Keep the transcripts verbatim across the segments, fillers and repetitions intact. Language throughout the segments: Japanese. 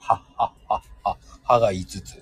は、は、は、は、歯がいつつ。 ちょっ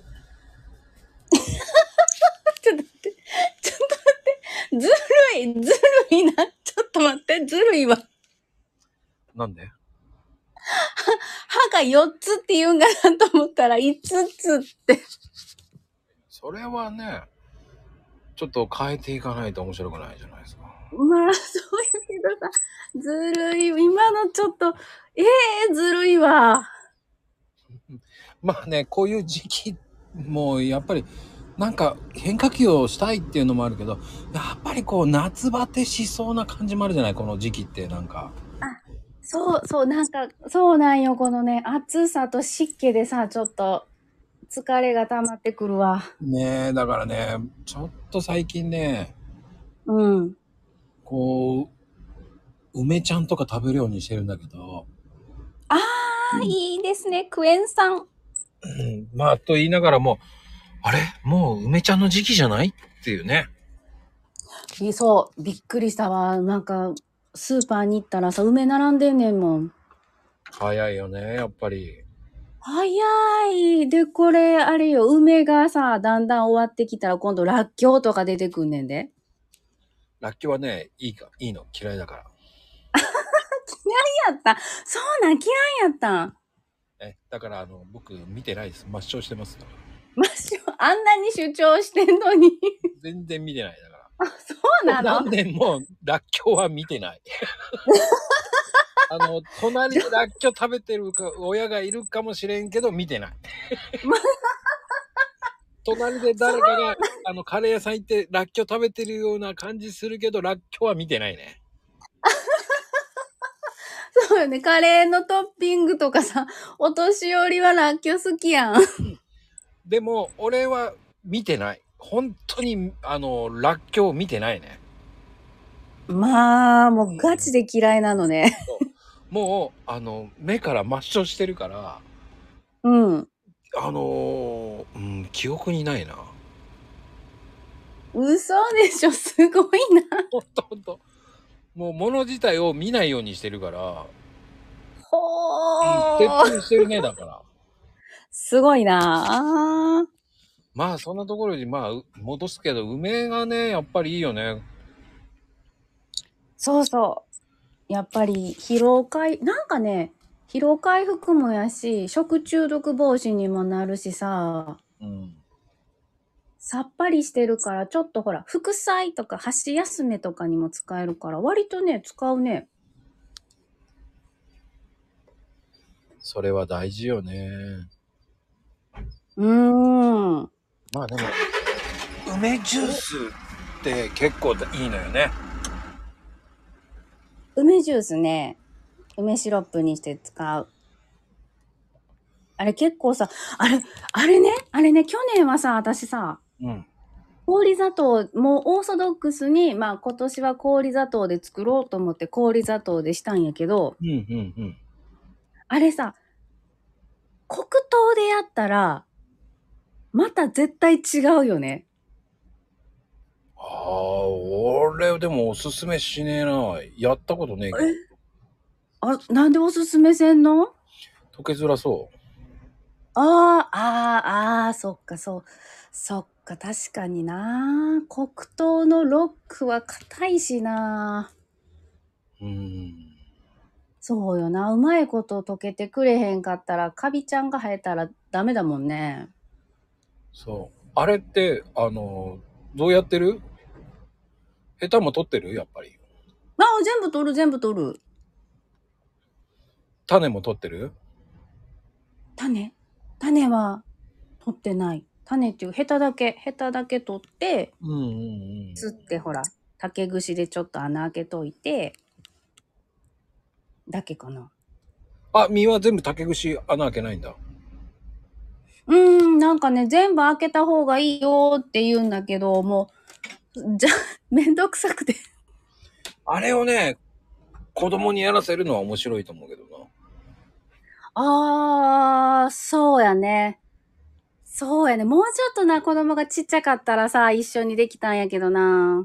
と待って、ちょっと待って、ずるい、ずるいな。ちょっと待って、ずるいわ。 なんで？ 歯がよっつって言うんかなと思ったらいつつって。 それはね、ちょっと変えていかないと面白くないじゃないですか。 まあ、そうやけどさ、ずるい。今のちょっと、ええー、ずるいわ。 まあね、こういう時期もやっぱりなんか変化球をしたいっていうのもあるけど、やっぱりこう夏バテしそうな感じもあるじゃない、この時期ってなんか。 あ、そうそう、なんか、そうなんよ。このね、暑さと湿気でさ、ちょっと疲れが溜まってくるわ。 ねえ、だからね、ちょっと最近ね、 うん。 こう、梅ちゃんとか食べるようにしてるんだけど、 ああ、いいですね、クエン酸。 うん、まあと言いながらも、あれもう梅ちゃんの時期じゃないっていうね。 いそう、びっくりしたわ。なんか、スーパーに行ったらさ、梅並んでんねんもん。 早いよね、やっぱり。 早い。で、これ、あれよ、梅がさ、だんだん終わってきたら、今度、らっきょうとか出てくんねんで。 らっきょうはね、いいか、いいの、嫌いだから。 嫌いやった。そうなん、嫌いやったん。 え、だからあの、僕見てないです。抹消してます。 ましょ、あんなに主張してんのに。 全然見てないだから。 あ、そうなの？ 何年もらっきょうは見てない。あの、隣でらっきょう食べてるか親がいるかもしれんけど、見てない。隣で誰かが、あの、カレー屋さん行ってらっきょう食べてるような感じするけど、らっきょうは見てないね。 そうよね。カレーのトッピングとかさ、お年寄りはらっきょう好きやん。 でも、俺は見てない。本当に、あの、らっきょう見てないね。 まあ、もうガチで嫌いなのね。 もう、あの、目から抹消してるから、 うん。 あのー、うん、記憶にないな。 嘘でしょ、すごいな。 ほんとほんと。もう物自体を見ないようにしてるから、うん、徹ほー。 底してるね、だから。 すごいな。 まあ、そんなところに、まあ、う戻すけど、梅がね、やっぱりいいよね。 そうそう。やっぱり疲労回、なんかね、疲労回復もやし、食中毒防止にもなるしさ、 うん。 さっぱりしてるから、ちょっとほら、副菜とか箸休めとかにも使えるから、割とね、使うね。 それは大事よね。 うーん。 まあでも、梅ジュースって結構いいのよね。 梅ジュースね、梅シロップにして使う。あれ結構さ、あれ、あれね、あれね、去年はさ、私さ、 うん。 氷砂糖、もうオーソドックスに、まあ今年は氷砂糖で作ろうと思って氷砂糖でしたんやけど、 うんうんうん。 あれさ、黒糖でやったら、また絶対違うよね。 ああ、俺でもおすすめしねえな。やったことねえけど。 えあ、なんでおすすめせんの？ 溶けづらそああ、ああ、ああ、そっか、そう。そっか、確かにな。黒糖のロックは硬いしな。 う。うん。 そうよな。うまいこと溶けてくれへんかったら、カビちゃんが生えたらダメだもんね。 そう。あれって、あの、どうやってる？ヘタも取ってる？やっぱり。 ああ、全部取る、全部取る。 種も取ってる？ 種種は取ってない。種っていう、ヘタだけ、ヘタだけ取って、 うんうんうん。 つってほら、竹串でちょっと穴開けといて、だけかな。 あ、実は全部竹串穴開けないんだ。 うーん、なんかね、全部開けた方がいいよって言うんだけど、もう、じゃ、めんどくさくて。 あれをね、子供にやらせるのは面白いと思うけどな。 あー、そうやね。そうやね。もうちょっとな、子供がちっちゃかったらさ、一緒にできたんやけどな。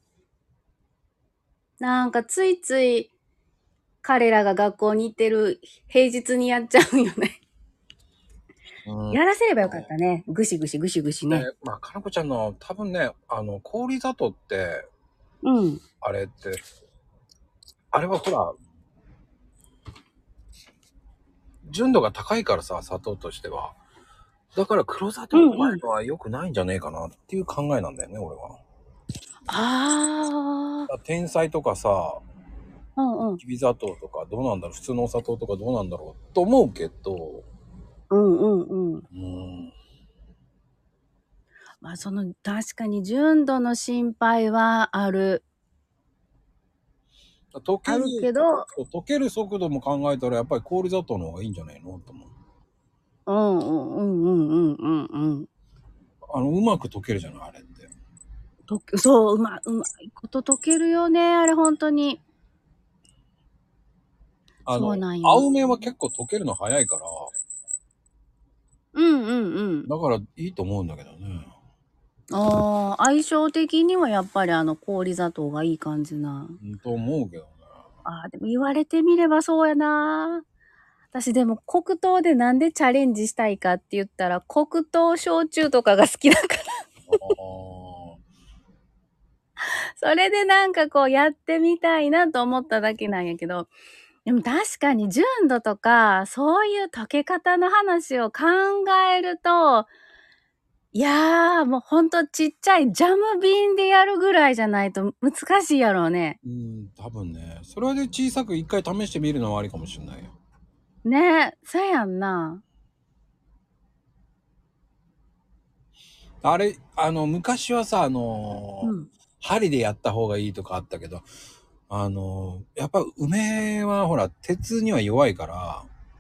なんかついつい彼らが学校に行ってる平日にやっちゃうよね。 うん。 やらせればよかったね。ぐしぐしぐしぐしね。 ね、まあ、かなこちゃんの多分ね、あの、氷砂糖って、 うん。 あれって、あれはほら、純度が高いからさ、砂糖としては。だから黒砂糖うんうん。 を加えるのは良くないんじゃねえかなっていう考えなんだよね、俺は。 ああ。 天才とかさ、 うんうん。 きび砂糖とかどうなんだろう、普通のお砂糖とかどうなんだろうと思うけど、 うんうんうん。 うーん。 まあその確かに純度の心配はある。 溶ける、 あるけど、 溶ける速度も考えたらやっぱり氷砂糖の方がいいんじゃないのと思う。 うんうんうんうんうんうんうん。 あの、うまく溶けるじゃない、あれって。 とそう、うま、うまいこと溶けるよね、あれ本当に。 あの、 そうなんよ。 青梅は結構溶けるの早いから、 うんうんうん。 だからいいと思うんだけどね。 ああ、相性的にはやっぱりあの氷砂糖がいい感じな。 うんと思うけどね。 ああ、でも言われてみればそうやな。私でも黒糖でなんでチャレンジしたいかって言ったら黒糖焼酎とかが好きだから。 あそれでなんかこうやってみたいなと思っただけなんやけど、でも確かに純度とかそういう溶け方の話を考えると、いやーもうほんとちっちゃいジャム瓶でやるぐらいじゃないと難しいやろうね。 ーうん、多分ね。それで小さく一回試してみるのはありかもしれないよ。 ねえ、そうやんな。 あれ、あの、昔はさ、あのうん。 針でやった方がいいとかあったけど、あのやっぱ梅はほら、鉄には弱いから、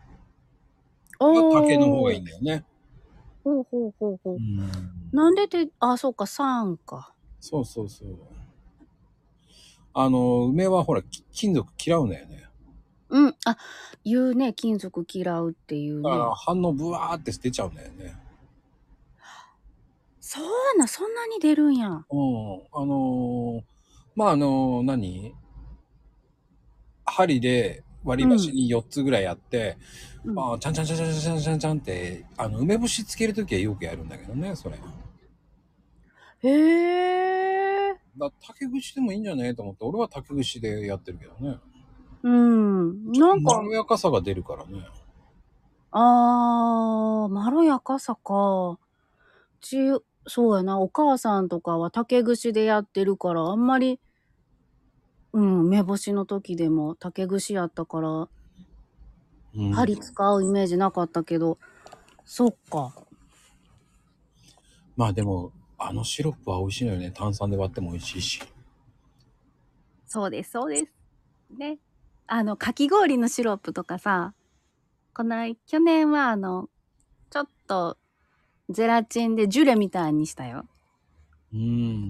竹の方がいいおー。 んだよね。 ほうほうほうほうう。 ん。 なんでて、あ、そうか、さんか。 そうそうそう。あの、梅はほら、き金属嫌うんだよね。 うん、あ、言うね、金属嫌うっていうだからね。 反応ブワーって捨てちゃうんだよね。 そうな、そんなに出るんや。 うん。あのまあ、あの何針で割り箸うん、 によっつぐらいやって、 うん。 まあ、ちゃんちゃんちゃんちゃんちゃんちゃんちゃんって、あの、梅干しつけるときはよくやるんだけどね、それ。 へえ。 だ竹串でもいいんじゃねえと思って、俺は竹串でやってるけどね。 うん、 ちょっとなんか、 まろやかさが出るからね。 あー、まろやかさか。ちそうやな、お母さんとかは竹串でやってるから、あんまり、うん、梅干しの時でも竹串やったから、 うん。 針使うイメージなかったけど、そっか。 まあでも、あのシロップは美味しいのよね。炭酸で割っても美味しいし。 そうです、そうです。ね。あの、かき氷のシロップとかさ、こない去年はあの、ちょっとゼラチンでジュレみたいにしたよ。 うん。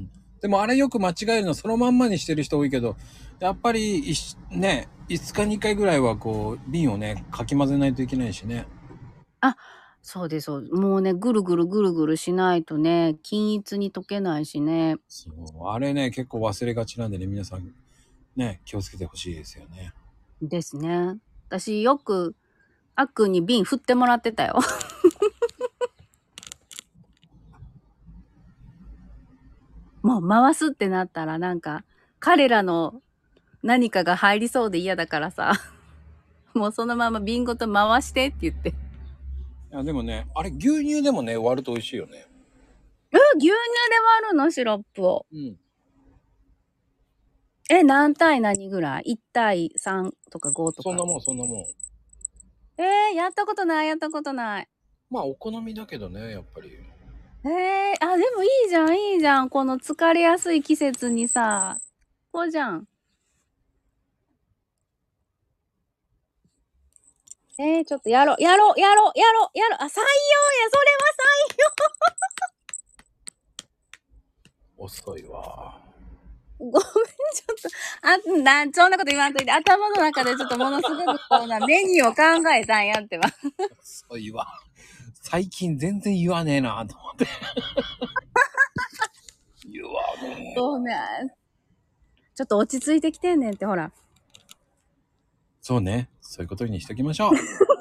でもあれよく間違えるのそのまんまにしてる人多いけど、やっぱりいしね、いつかにかいぐらいはこう、瓶をね、かき混ぜないといけないしね。 あ、そうです、そう。もうね、ぐるぐるぐるぐるしないとね、均一に溶けないしね。 そう。あれね、結構忘れがちなんでね、皆さんね、気をつけてほしいですよね。 ですね。私よく、あっくんに瓶振ってもらってたよ。もう回すってなったらなんか、彼らの何かが入りそうで嫌だからさ、もうそのまま瓶ごと回してって言って。 いや、でもね、あれ牛乳でもね、割ると美味しいよね。 え、牛乳で割るのシロップを。 うん。 え、何対何ぐらい ?いち 対さんとかごとか。 そんなもん、そんなもん。 えー、やったことない、やったことない。 まあ、お好みだけどね、やっぱり。 えー、あ、でもいいじゃん、いいじゃん。この疲れやすい季節にさ、こうじゃん。えー、ちょっとやろう、やろう、やろう、やろう、やろう。あ、採用や、それは遅いわ。 採用。ごめん、ちょっと、あ、なん、そんなこと言わんといて、頭の中でちょっとものすごくこうな、メニューを考えたんやってば。 遅いわ。最近全然言わねえなと思って。言わねえ。 そうね。ちょっと落ち着いてきてんねんって、ほら。 そうね。そういうことにしときましょう。